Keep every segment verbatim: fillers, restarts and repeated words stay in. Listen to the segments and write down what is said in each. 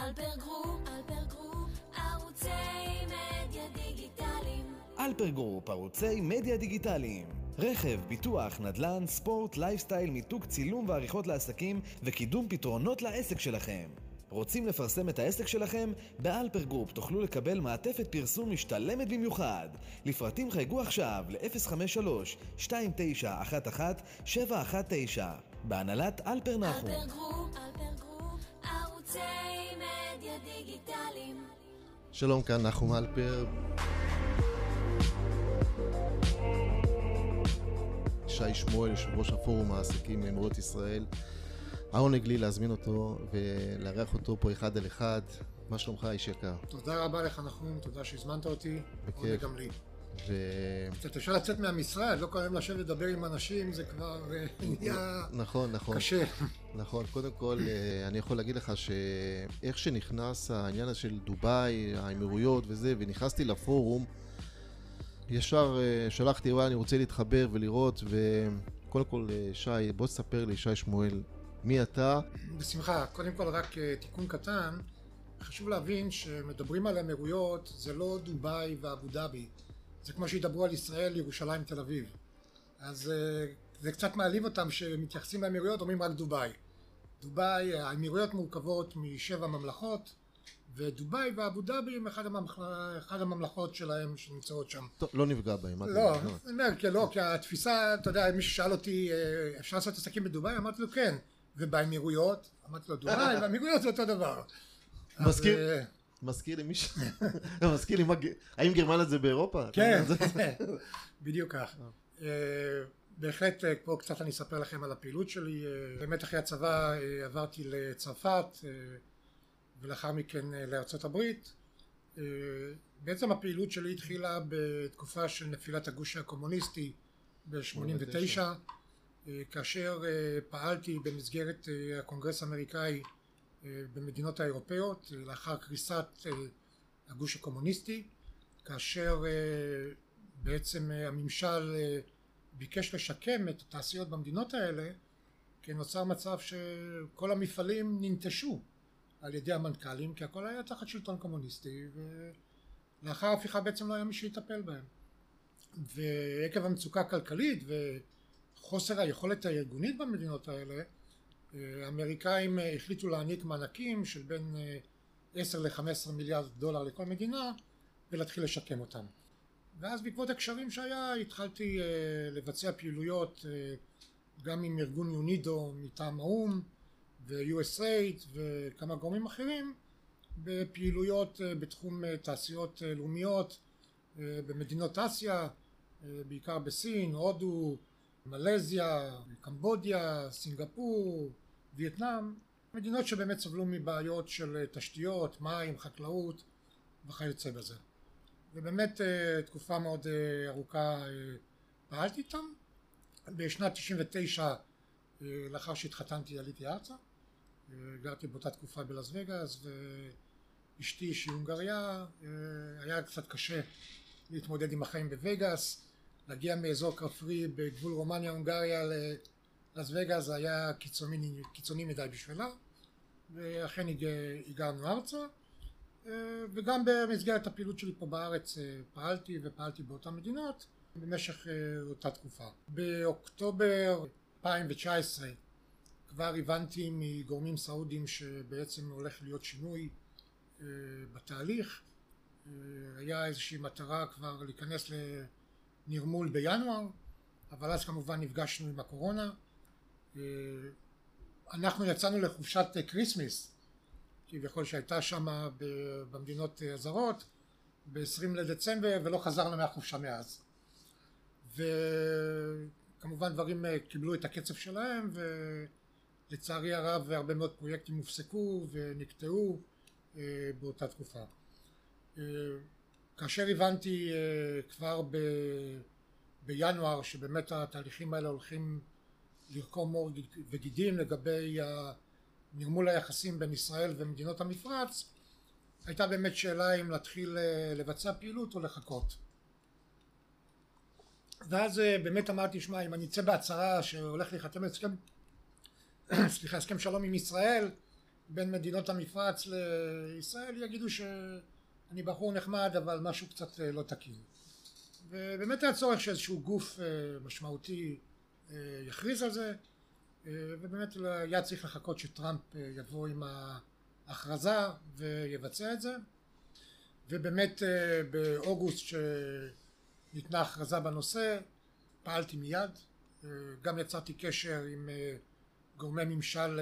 אלפר גרופ, אלפר גרופ, ערוצי מדיה דיגיטליים. אלפר גרופ, ערוצי מדיה דיגיטליים. רכב, ביטוח, נדל"ן, ספורט, לייפסטייל, מיתוג, צילום ועריכות לעסקים וקידום פתרונות לעסק שלכם. רוצים לפרסם את העסק שלכם? באלפר גרופ תוכלו לקבל מעטפת פרסום משתלמת במיוחד. לפרטים חייגו עכשיו ל-אפס חמש שלוש שתיים תשע אחת אחת שבע אחת תשע. בהנהלת אלפר נחום. אלפר גרופ, אלפר גרופ, ערוצי מדיה דיגיטליים. שלום, כאן נחום אלפר. שי שמואל, יושב ראש הפורום העסקים מאמירויות ישראל. העונג לי להזמין אותו ולארח אותו פה אחד על אחד. מה שלומך, איש יקר? תודה רבה לך נחום, תודה שהזמנת אותי. בכיף. גם לי. ו... קצת אפשר לצאת מהמשרד, לא כל היום לשבת לדבר עם אנשים, זה כבר נהיה נכון, נכון. קשה. נכון, קודם כל אני יכול להגיד לך שאיך שנכנס העניין הזה של דובאי, האמירויות וזה, ונכנסתי לפורום, ישר שלחתי, וואי, אני רוצה להתחבר ולראות, וקודם כל שי, בוא תספר לי, שי שמואל, מי אתה? בשמחה, קודם כל רק תיקון קטן, חשוב להבין שמדברים על האמירויות, זה לא דובאי ואבו דאבי, זה כמו שידברו על ישראל, ירושלים, תל אביב. אז זה קצת מעליב אותם שמתייחסים לאמירויות, אומרים רק דובאי. דובאי, האמירויות מורכבות משבע ממלכות, ודובאי ואבו דאבי הם אחד, הממלכ... אחד הממלכות שלהם שנמצאות שם. טוב, לא נפגע בהם. לא, אני אומר, כי לא, כי התפיסה, אתה יודע, מי ששאל אותי, אפשר לעשות עסקים בדובאי? אמרתי לו, כן. ובאמירויות? אמרתי לו, דובאי, והאמירויות זה אותו דבר. מזכיר, מזכיר לי מישהו, מזכיר לי, האם גרמניה זה באירופה? כן, בדיוק כך. בהחלט, פה קצת אני אספר לכם על הפעילות שלי. באמת אחרי הצבא עברתי לצרפת, ולאחר מכן לארצות הברית. בעצם הפעילות שלי התחילה בתקופה של נפילת הגוש הקומוניסטי ב-שמונים ותשע, כאשר פעלתי במסגרת הקונגרס האמריקאי במדינות האירופאיות, לאחר קריסת הגוש הקומוניסטי, כאשר בעצם הממשל ביקש לשקם את התעשיות במדינות האלה, כי נוצר מצב שכל המפעלים ננטשו על ידי המנכ"לים, כי הכל היה תחת שלטון קומוניסטי, ולאחר ההפיכה בעצם לא היה מי שיטפל בהם. ועקב המצוקה הכלכלית וחוסר היכולת הארגונית במדינות האלה, האמריקאים החליטו להעניק מענקים של בין עשר ל-חמש עשרה מיליארד דולר לכל מדינה, ולהתחיל לשקם אותם. ואז בעקבות הקשרים שהיה, התחלתי לבצע פעילויות גם עם ארגון יונידו מטעם האו"ם, ו-יו אס איי וכמה גורמים אחרים, בפעילויות בתחום תעשיות לאומיות במדינות אסיה, בעיקר בסין, הודו, מלזיה, קמבודיה, סינגפור, וייטנאם, מדינות שבאמת סבלו מבעיות של תשתיות, מים, חקלאות וכיוצא בזה. ובאמת תקופה מאוד ארוכה פעלתי איתם. בשנת תשעים ותשע, לאחר שהתחתנתי, עליתי ארצה. גרתי באותה תקופה בלאס וגאס, ואשתי שהיא הונגריה, היה קצת קשה להתמודד עם החיים בווגאס. להגיע מאזור כפרי בגבול רומניה הונגריה ללאס וגאס היה קיצוני, קיצוני מדי בשבילה, ואכן הגענו ארצה. וגם במסגרת הפעילות שלי פה בארץ פעלתי ופעלתי באותן מדינות במשך אותה תקופה. באוקטובר אלפיים תשע עשרה כבר הבנתי מגורמים סעודיים שבעצם הולך להיות שינוי בתהליך. היה איזושהי מטרה כבר להיכנס לנרמול בינואר, אבל אז כמובן נפגשנו עם הקורונה. אנחנו יצאנו לחופשת קריסמס, כביכול שהייתה שם במדינות הזרות, ב-עשרים לדצמבר, ולא חזרנו מהחופשה מאז. וכמובן דברים קיבלו את הקצב שלהם, ולצערי הרב הרבה מאוד פרויקטים הופסקו ונקטעו באותה תקופה. כאשר הבנתי כבר ב... בינואר שבאמת התהליכים האלה הולכים לרקום עור וגידים לגבי נרמול היחסים בין ישראל ומדינות המפרץ, הייתה באמת שאלה אם להתחיל לבצע פעילות או לחכות. ואז באמת אמרתי, שמע, אם אני אצא בהצהרה שהולך להיחתם הסכם, סליחה, הסכם שלום עם ישראל, בין מדינות המפרץ לישראל יגידו שאני בחור נחמד אבל משהו קצת לא תקין. ובאמת היה צורך שאיזשהו גוף משמעותי יכריז על זה, ובאמת היה צריך לחכות שטראמפ יבוא עם ההכרזה ויבצע את זה. ובאמת באוגוסט שניתנה הכרזה בנושא פעלתי מיד, גם יצרתי קשר עם גורמי ממשל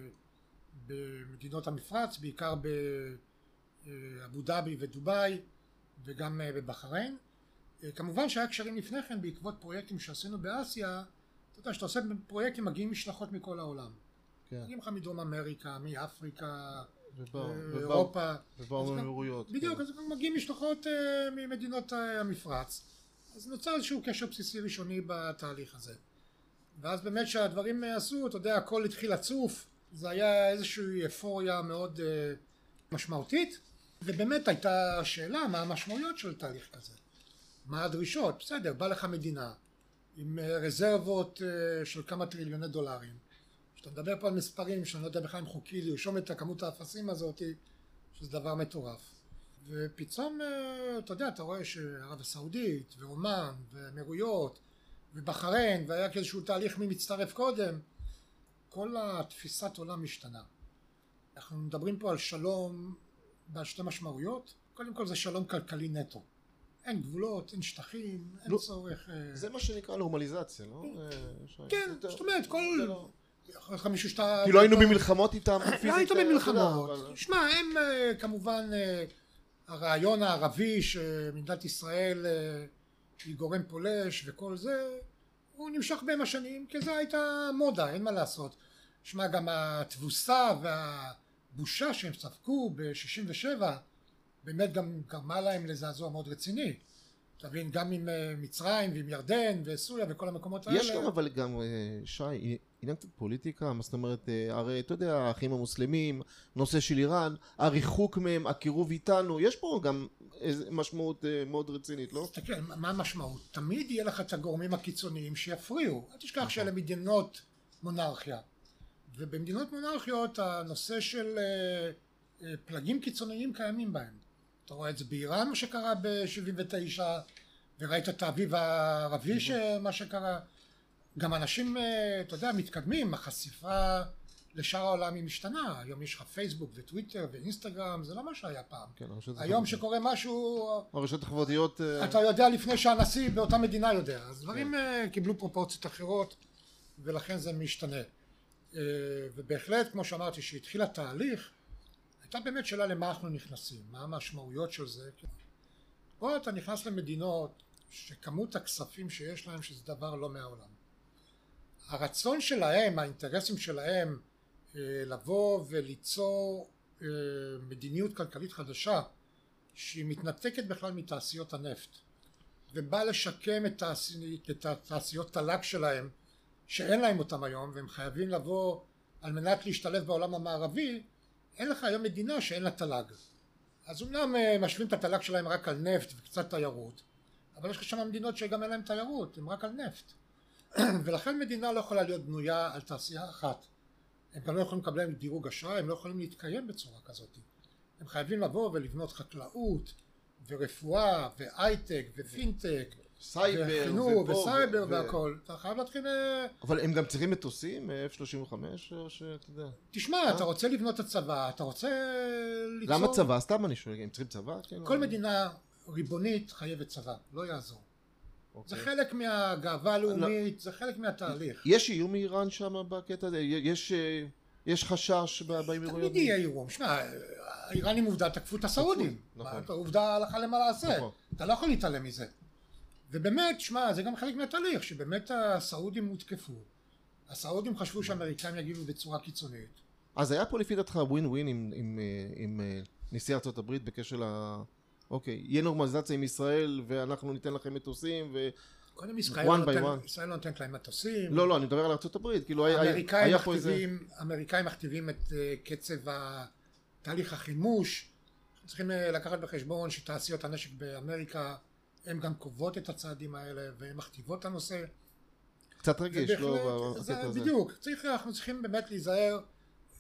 במדינות המפרץ, בעיקר באבו דאבי ודובאי וגם בבחריין. כמובן שהיה קשרים לפני כן בעקבות פרויקטים שעשינו באסיה. אתה יודע שאתה עושה פרויקטים מגיעים משלחות מכל העולם, כן. מגיעים לך מדרום אמריקה, מאפריקה, אירופה, ובאו מהאמירויות. בדיוק, כן. אז מגיעים משלחות ממדינות המפרץ, אז נוצר איזשהו קשר בסיסי ראשוני בתהליך הזה. ואז באמת שהדברים עשו, אתה יודע, הכל התחיל לצוף, זה היה איזושהי אפוריה מאוד uh, משמעותית, ובאמת הייתה שאלה מה המשמעויות של תהליך כזה, מה הדרישות. בסדר, בא לך מדינה עם רזרבות uh, של כמה טריליוני דולרים, שאתה מדבר פה על מספרים שאני לא יודע בכלל אם חוקי לרשום את הכמות האפסים הזאת, שזה דבר מטורף. ופתאום uh, אתה יודע, אתה רואה שערב הסעודית ואומן ואמירויות ובחריין, והיה כאיזשהו תהליך מי מצטרף קודם, כל התפיסת עולם משתנה. אנחנו מדברים פה על שלום בעל שתי משמעויות. קודם כל זה שלום כלכלי נטו. אין גבולות, אין שטחים, אין צורך... זה מה שנקרא נורמליזציה, לא? כן, זאת אומרת, כל... חמישהו שאתה... כאילו היינו במלחמות איתם. לא היינו במלחמות. שמע, הם כמובן הרעיון הערבי שמדינת ישראל היא גורם פולש וכל זה, הוא נמשך בין השנים, כי זה הייתה מודה, אין מה לעשות. שמע, גם התבוסה והבושה שהם ספגו ב-שישים ושבע, באמת גם גרמה להם לזעזוע מאוד רציני. תבין, גם עם מצרים ועם ירדן וסוריה וכל המקומות האלה. יש גם, אבל גם, שי, עניין קצת פוליטיקה, מה זאת אומרת, הרי אתה יודע, האחים המוסלמים, נושא של איראן, הריחוק מהם, הקירוב איתנו, יש פה גם איזו משמעות מאוד רצינית, לא? תסתכל, מה המשמעות? תמיד יהיה לך את הגורמים הקיצוניים שיפריעו. אל תשכח שאלה מדינות מונרכיה. ובמדינות מונרכיות הנושא של פלגים קיצוניים קיימים בהם. אתה רואה את זה באיראן, מה שקרה ב-שבעים ותשע, וראית את האביב הערבי, מה שקרה. גם אנשים, אתה יודע, מתקדמים, החשיפה לשאר העולם היא משתנה. היום יש לך פייסבוק וטוויטר ואינסטגרם, זה לא מה שהיה פעם. כן, היום שקורה משהו... הרשתות החברתיות... אתה יודע לפני שהנשיא באותה מדינה יודע. אז דברים כן. קיבלו פרופורציות אחרות, ולכן זה משתנה. ובהחלט, כמו שאמרתי, שהתחיל התהליך, הייתה באמת שאלה למה אנחנו נכנסים, מה המשמעויות של זה. פה אתה נכנס למדינות שכמות הכספים שיש להם שזה דבר לא מהעולם. הרצון שלהם, האינטרסים שלהם לבוא וליצור מדיניות כלכלית חדשה שהיא מתנתקת בכלל מתעשיות הנפט ובאה לשקם את, תעשי, את התעשיות תל"ג שלהם שאין להם אותם היום והם חייבים לבוא על מנת להשתלב בעולם המערבי. אין לך היום מדינה שאין לה תל"ג. אז אומנם משווים את התל"ג שלהם רק על נפט וקצת תיירות, אבל יש לך שם מדינות שגם אין להם תיירות, הם רק על נפט. ולכן מדינה לא יכולה להיות בנויה על תעשייה אחת. הם גם לא יכולים לקבל להם דירוג אשראי, הם לא יכולים להתקיים בצורה כזאת. הם חייבים לבוא ולבנות חקלאות ורפואה ואייטק ופינטק וחינוך וסייבר והכל. אתה חייב להתחיל... אבל הם גם צריכים מטוסים, אף שלושים וחמש, או שאתה יודע... תשמע, אתה רוצה לבנות את הצבא, אתה רוצה ליצור... למה צבא? סתם אני שואל, הם צריכים צבא? כל מדינה ריבונית חייבת צבא, לא יעזור. זה חלק מהגאווה הלאומית, זה חלק מהתהליך. יש איום מאיראן שם בקטע הזה? יש חשש באמירויות? תמיד יהיה איום. שמע, האיראנים עובדה תקפו את הסעודים. עובדה הלכה למה לעשה. אתה לא יכול להתעלם מזה. ובאמת, שמע, זה גם חלק מהתהליך, שבאמת הסעודים הותקפו. הסעודים חשבו שהאמריקאים יגיבו בצורה קיצונית. אז היה פה לפי דעתך ווין ווין עם נשיא ארצות הברית בקשר ל... אוקיי, יהיה נורמליזציה עם ישראל ואנחנו ניתן לכם מטוסים ו... קודם ישראל לא נותנת להם מטוסים. לא, לא, אני מדבר על ארצות הברית. כאילו היה פה איזה... האמריקאים מכתיבים את קצב תהליך החימוש. צריכים לקחת בחשבון שתעשיות הנשק באמריקה הן גם קובעות את הצעדים האלה והן מכתיבות את הנושא. קצת רגיש, לא... בדיוק, אנחנו צריכים באמת להיזהר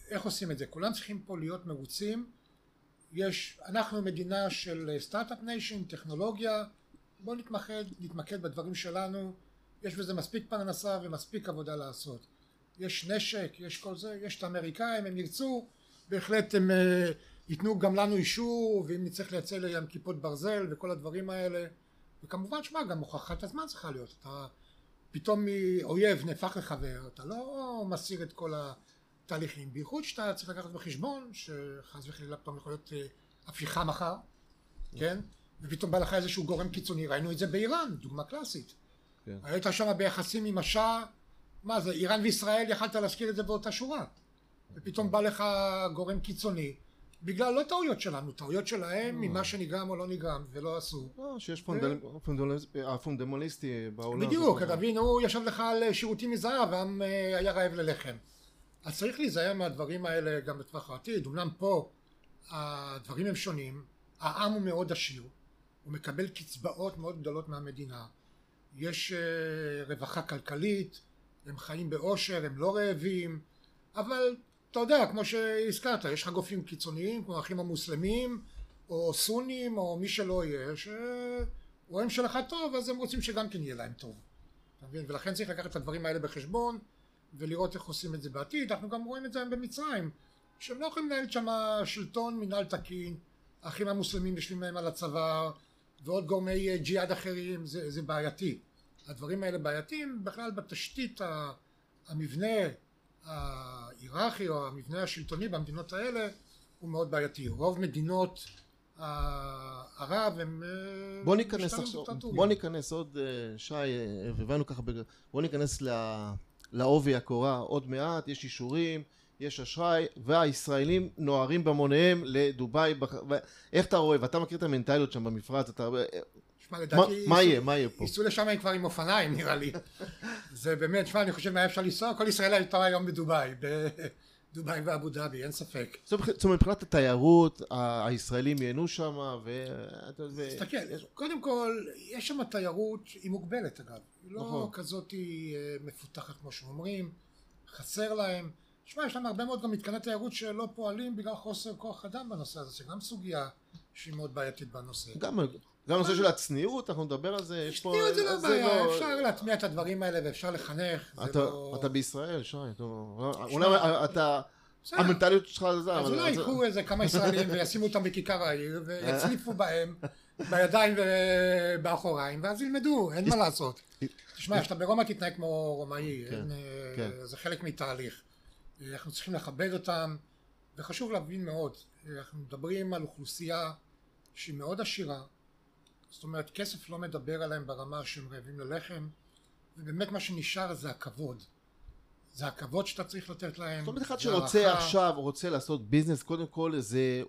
איך עושים את זה? כולם צריכים פה להיות מרוצים. יש, אנחנו מדינה של סטארט-אפ ניישן, טכנולוגיה, בואו נתמקד, נתמקד בדברים שלנו, יש בזה מספיק פרנסה ומספיק עבודה לעשות. יש נשק, יש כל זה, יש את האמריקאים, הם ירצו, בהחלט הם uh, ייתנו גם לנו אישור, ואם נצטרך לייצא להם כיפות ברזל וכל הדברים האלה, וכמובן שמה, גם הוכחת הזמן צריכה להיות, אתה פתאום מאויב נהפך לחבר, אתה לא מסיר את כל התהליכים, בייחוד שאתה צריך לקחת בחשבון, שחס וחלילה פתאום יכול להיות uh, הפיכה מחר, כן? ופתאום בא לך איזשהו גורם קיצוני, ראינו את זה באיראן, דוגמה קלאסית. כן. היית שם ביחסים עם השאה, מה זה, איראן וישראל יכלת להזכיר את זה באותה שורה. ופתאום בא לך גורם קיצוני, בגלל לא טעויות שלנו, טעויות שלהם ממה שנגרם או לא נגרם, ולא עשו. לא, שיש פונדמנטליסטי בעולם. בדיוק, תבין, הוא ישב לך על שירותים מזהב, והעם היה רעב ללחם. אז צריך להיזהר מהדברים האלה גם בטווח העתיד. אומנם פה הדברים הם שונים, העם הוא מאוד עשיר, הוא מקבל קצבאות מאוד גדולות מהמדינה, יש רווחה כלכלית, הם חיים באושר, הם לא רעבים, אבל אתה יודע, כמו שהזכרת, יש לך גופים קיצוניים כמו האחים המוסלמים או סונים או מי שלא יהיה, שרואים שלך טוב אז הם רוצים שגם כן יהיה להם טוב, אתה מבין? ולכן צריך לקחת את הדברים האלה בחשבון ולראות איך עושים את זה בעתיד. אנחנו גם רואים את זה היום במצרים, שהם לא יכולים לנהל שם שלטון מנהל תקין, האחים המוסלמים יושבים להם על הצוואר ועוד גורמי ג'יהאד אחרים, זה, זה בעייתי. הדברים האלה בעייתיים בכלל בתשתית המבנה ההיררכי או המבנה השלטוני במדינות האלה הוא מאוד בעייתי. רוב מדינות הערב הם בוא ניכנס עכשיו, בוא ניכנס עוד שי, הבנו ככה, בוא ניכנס לעובי הקורה עוד מעט, יש אישורים, יש אשראי, והישראלים נוערים במוניהם לדובאי. איך אתה רואה, ואתה מכיר את המנטליות שם במפרץ, אתה... מה יהיה, מה יהיה פה? ייסעו לשם כבר עם אופניים נראה לי. זה באמת, שמע, אני חושב מה אפשר לנסוע, כל ישראל הייתה היום בדובאי, בדובאי ואבו דאבי, אין ספק. זאת אומרת, מבחינת התיירות, הישראלים ייהנו שם, ו... תסתכל, קודם כל, יש שם תיירות, היא מוגבלת אגב, היא לא כזאת מפותחת כמו שאומרים, חסר להם. שמע, יש להם הרבה מאוד גם מתקני תיירות שלא פועלים בגלל חוסר כוח אדם בנושא הזה, שגם סוגיה שהיא מאוד בעייתית בנושא. גם גם הנושא של הצניעות, אנחנו נדבר על זה, יש פה... צניעות זה לא בעיה, אפשר להטמיע את הדברים האלה ואפשר לחנך. אתה בישראל, שי, אולי אתה... המנטליות שלך זה... אז אולי יקחו איזה כמה ישראלים וישימו אותם בכיכר העיר ויצליפו בהם בידיים ובאחוריים ואז ילמדו, אין מה לעשות. תשמע, כשאתה ברומא תתנהג כמו רומאי, זה חלק מתהליך. אנחנו צריכים לכבד אותם, וחשוב להבין מאוד, אנחנו מדברים על אוכלוסייה שהיא מאוד עשירה, זאת אומרת כסף לא מדבר עליהם ברמה שהם רעבים ללחם, ובאמת מה שנשאר זה הכבוד, זה הכבוד שאתה צריך לתת להם. זאת אומרת אחד שרוצה עכשיו, רוצה לעשות ביזנס, קודם כל זה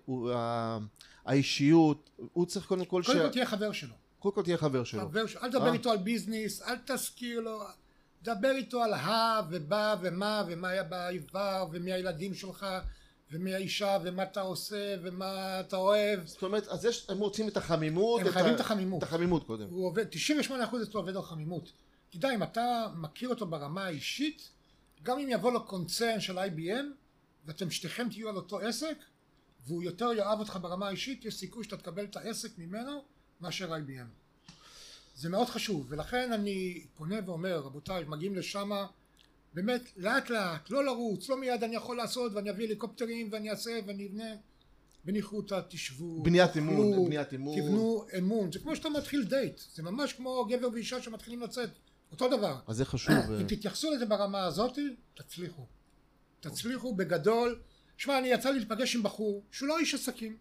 האישיות, הוא צריך קודם כל... קודם כל תהיה חבר שלו. קודם כל תהיה חבר שלו. אל תדבר איתו על ביזנס, אל תזכיר לו, דבר איתו על ה ובא ומה ומה היה בעבר ומי הילדים שלך ומי האישה ומה אתה עושה ומה אתה אוהב. זאת אומרת, אז יש, הם רוצים את החמימות. הם חייבים את החמימות. את החמימות קודם. הוא עובד, תשעים ושמונה אחוז אצלו עובד על חמימות. תדע, אם אתה מכיר אותו ברמה האישית, גם אם יבוא לו קונצרן של איי בי אם ואתם שתיכם תהיו על אותו עסק והוא יותר יאהב אותך ברמה האישית, יש סיכוי שאתה תקבל את העסק ממנו מאשר איי בי אם. זה מאוד חשוב, ולכן אני פונה ואומר, רבותיי, מגיעים לשם, באמת, לאט לאט, לא לרוץ, לא מיד אני יכול לעשות, ואני אביא הליקופטרים, ואני אעשה, ואני אבנה, בניחותא, תשבו, בניית אמון, בניית אמון, תבנו אמון, זה כמו שאתה מתחיל דייט, זה ממש כמו גבר ואישה שמתחילים לצאת, אותו דבר. אז זה חשוב. אם תתייחסו לזה ברמה הזאת, תצליחו. תצליחו בגדול. שמע, אני יצא לי לפגש עם בחור, שהוא לא איש עסקים,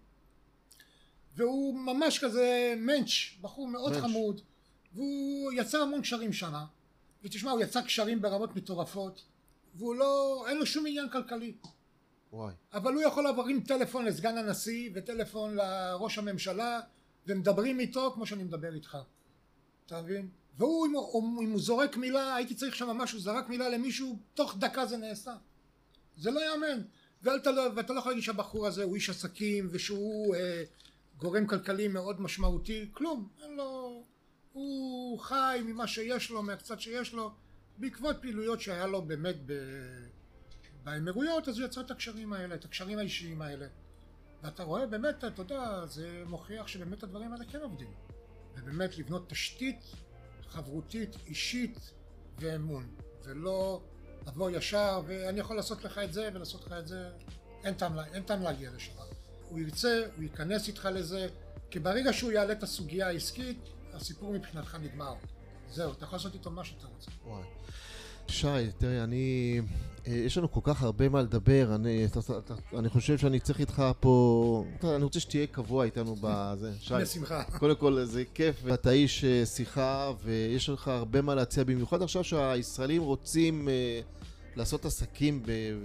והוא ממש כזה מנץ', בחור מאוד מנץ'. חמוד, והוא יצר המון קשרים שמה, ותשמע, הוא יצר קשרים ברמות מטורפות, והוא לא, אין לו שום עניין כלכלי. וואי. אבל הוא יכול להרים טלפון לסגן הנשיא, וטלפון לראש הממשלה, ומדברים איתו כמו שאני מדבר איתך. אתה מבין? והוא, אם הוא, אם הוא זורק מילה, הייתי צריך שם משהו, זרק מילה למישהו, תוך דקה זה נעשה. זה לא יאמן. ואתה לא, ואתה לא יכול להגיד שהבחור הזה הוא איש עסקים, ושהוא אה, גורם כלכלי מאוד משמעותי, כלום. אין לו... הוא חי ממה שיש לו, מהקצת שיש לו, בעקבות פעילויות שהיה לו באמת ב... באמירויות, אז הוא יצר את הקשרים האלה, את הקשרים האישיים האלה. ואתה רואה באמת, אתה יודע, זה מוכיח שבאמת הדברים האלה כן עובדים. ובאמת לבנות תשתית חברותית, אישית ואמון. ולא לבוא ישר, ואני יכול לעשות לך את זה ולעשות לך את זה. אין טעם, אין טעם להגיע לשם. הוא ירצה, הוא ייכנס איתך לזה, כי ברגע שהוא יעלה את הסוגיה העסקית, הסיפור מבחינתך נגמר. זהו, אתה יכול לעשות איתו מה שאתה רוצה. וואי. שי, תראה, אני... יש לנו כל כך הרבה מה לדבר, אני, אני חושב שאני צריך איתך פה... אני רוצה שתהיה קבוע איתנו בזה. שי, בשמחה. קודם כל, זה כיף, ואתה איש שיחה, ויש לך הרבה מה להציע, במיוחד עכשיו שהישראלים רוצים uh, לעשות עסקים,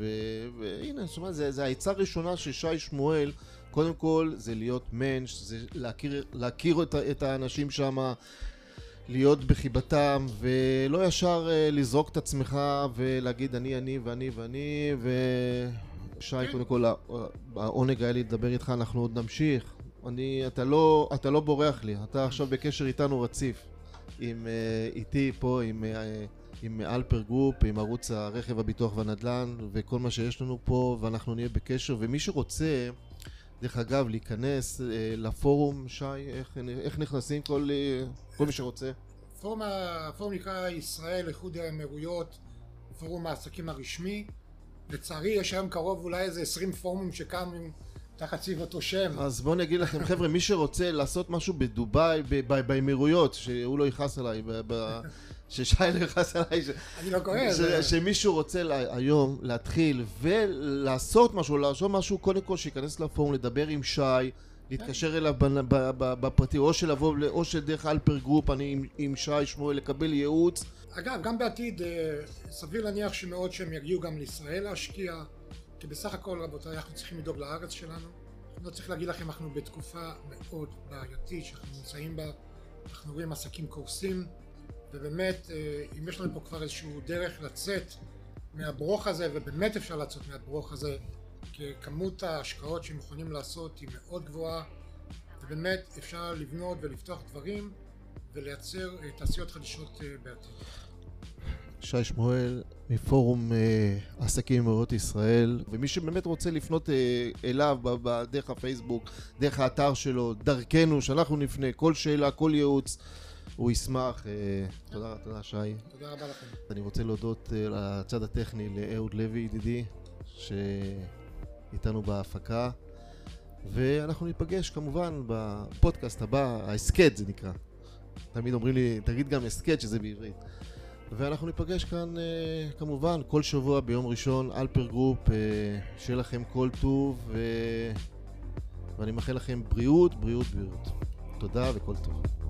והנה, זאת אומרת, זה, זה העצה הראשונה של שי שמואל, קודם כל, זה להיות מנש, זה להכיר, להכיר את, את האנשים שם, להיות בחיבתם, ולא ישר uh, לזרוק את עצמך ולהגיד אני, אני ואני ואני, ושי, קודם כל, העונג היה לי לדבר איתך, אנחנו עוד נמשיך. אני, אתה לא, אתה לא בורח לי, אתה עכשיו בקשר איתנו רציף, עם, uh, איתי פה, עם, uh, עם אלפר גרופ, עם ערוץ הרכב, הביטוח והנדל"ן, וכל מה שיש לנו פה, ואנחנו נהיה בקשר, ומי שרוצה, דרך אגב, להיכנס אה, לפורום, שי, איך, איך נכנסים כל, אה, כל מי שרוצה? פורום, הפורום נקרא ישראל, איחוד האמירויות, פורום העסקים הרשמי. לצערי יש היום קרוב אולי איזה עשרים פורומים שקמו תחת סביב אותו שם. אז בואו נגיד לכם, חבר'ה, מי שרוצה לעשות משהו בדובאי, באמירויות, שהוא לא יכעס עליי, ב- ב- ששי לא יכעס עליי, ש- אני לא כועס. ש- שמישהו רוצה לה- היום להתחיל ולעשות משהו, לעשות משהו, קודם כל שיכנס לפורום, לדבר עם שי, להתקשר אליו ב- ב- ב- בפרטי, או שלבוא, או שדרך אלפר גרופ, אני עם, עם שי שמואל, לקבל ייעוץ. אגב, גם בעתיד סביר להניח שמאוד שהם יגיעו גם לישראל להשקיע, כי בסך הכל, רבותיי, אנחנו צריכים לדאוג לארץ שלנו. אני לא צריך להגיד לכם, אנחנו בתקופה מאוד בעייתית שאנחנו נמצאים בה, אנחנו רואים עסקים קורסים, ובאמת, אם יש לנו פה כבר איזשהו דרך לצאת מהברוך הזה, ובאמת אפשר לצאת מהברוך הזה, כי כמות ההשקעות שהם יכולים לעשות היא מאוד גבוהה, ובאמת אפשר לבנות ולפתוח דברים ולייצר תעשיות חדשות בעתיד. שי שמואל מפורום אה, עסקים מאמירויות ישראל, ומי שבאמת רוצה לפנות אה, אליו בדרך הפייסבוק, דרך האתר שלו, דרכנו, שאנחנו נפנה, כל שאלה, כל ייעוץ, הוא ישמח. אה, תודה, תודה שי. תודה רבה לכם. אני רוצה להודות אה, לצד הטכני לאהוד לוי ידידי, שאיתנו בהפקה, ואנחנו ניפגש כמובן בפודקאסט הבא, ההסקט זה נקרא. תמיד אומרים לי, תגיד גם הסקט שזה בעברית. ואנחנו ניפגש כאן אה, כמובן כל שבוע ביום ראשון, אלפר גרופ, אה, שיהיה לכם כל טוב, ו... ואני מאחל לכם בריאות, בריאות, בריאות. תודה וכל טוב.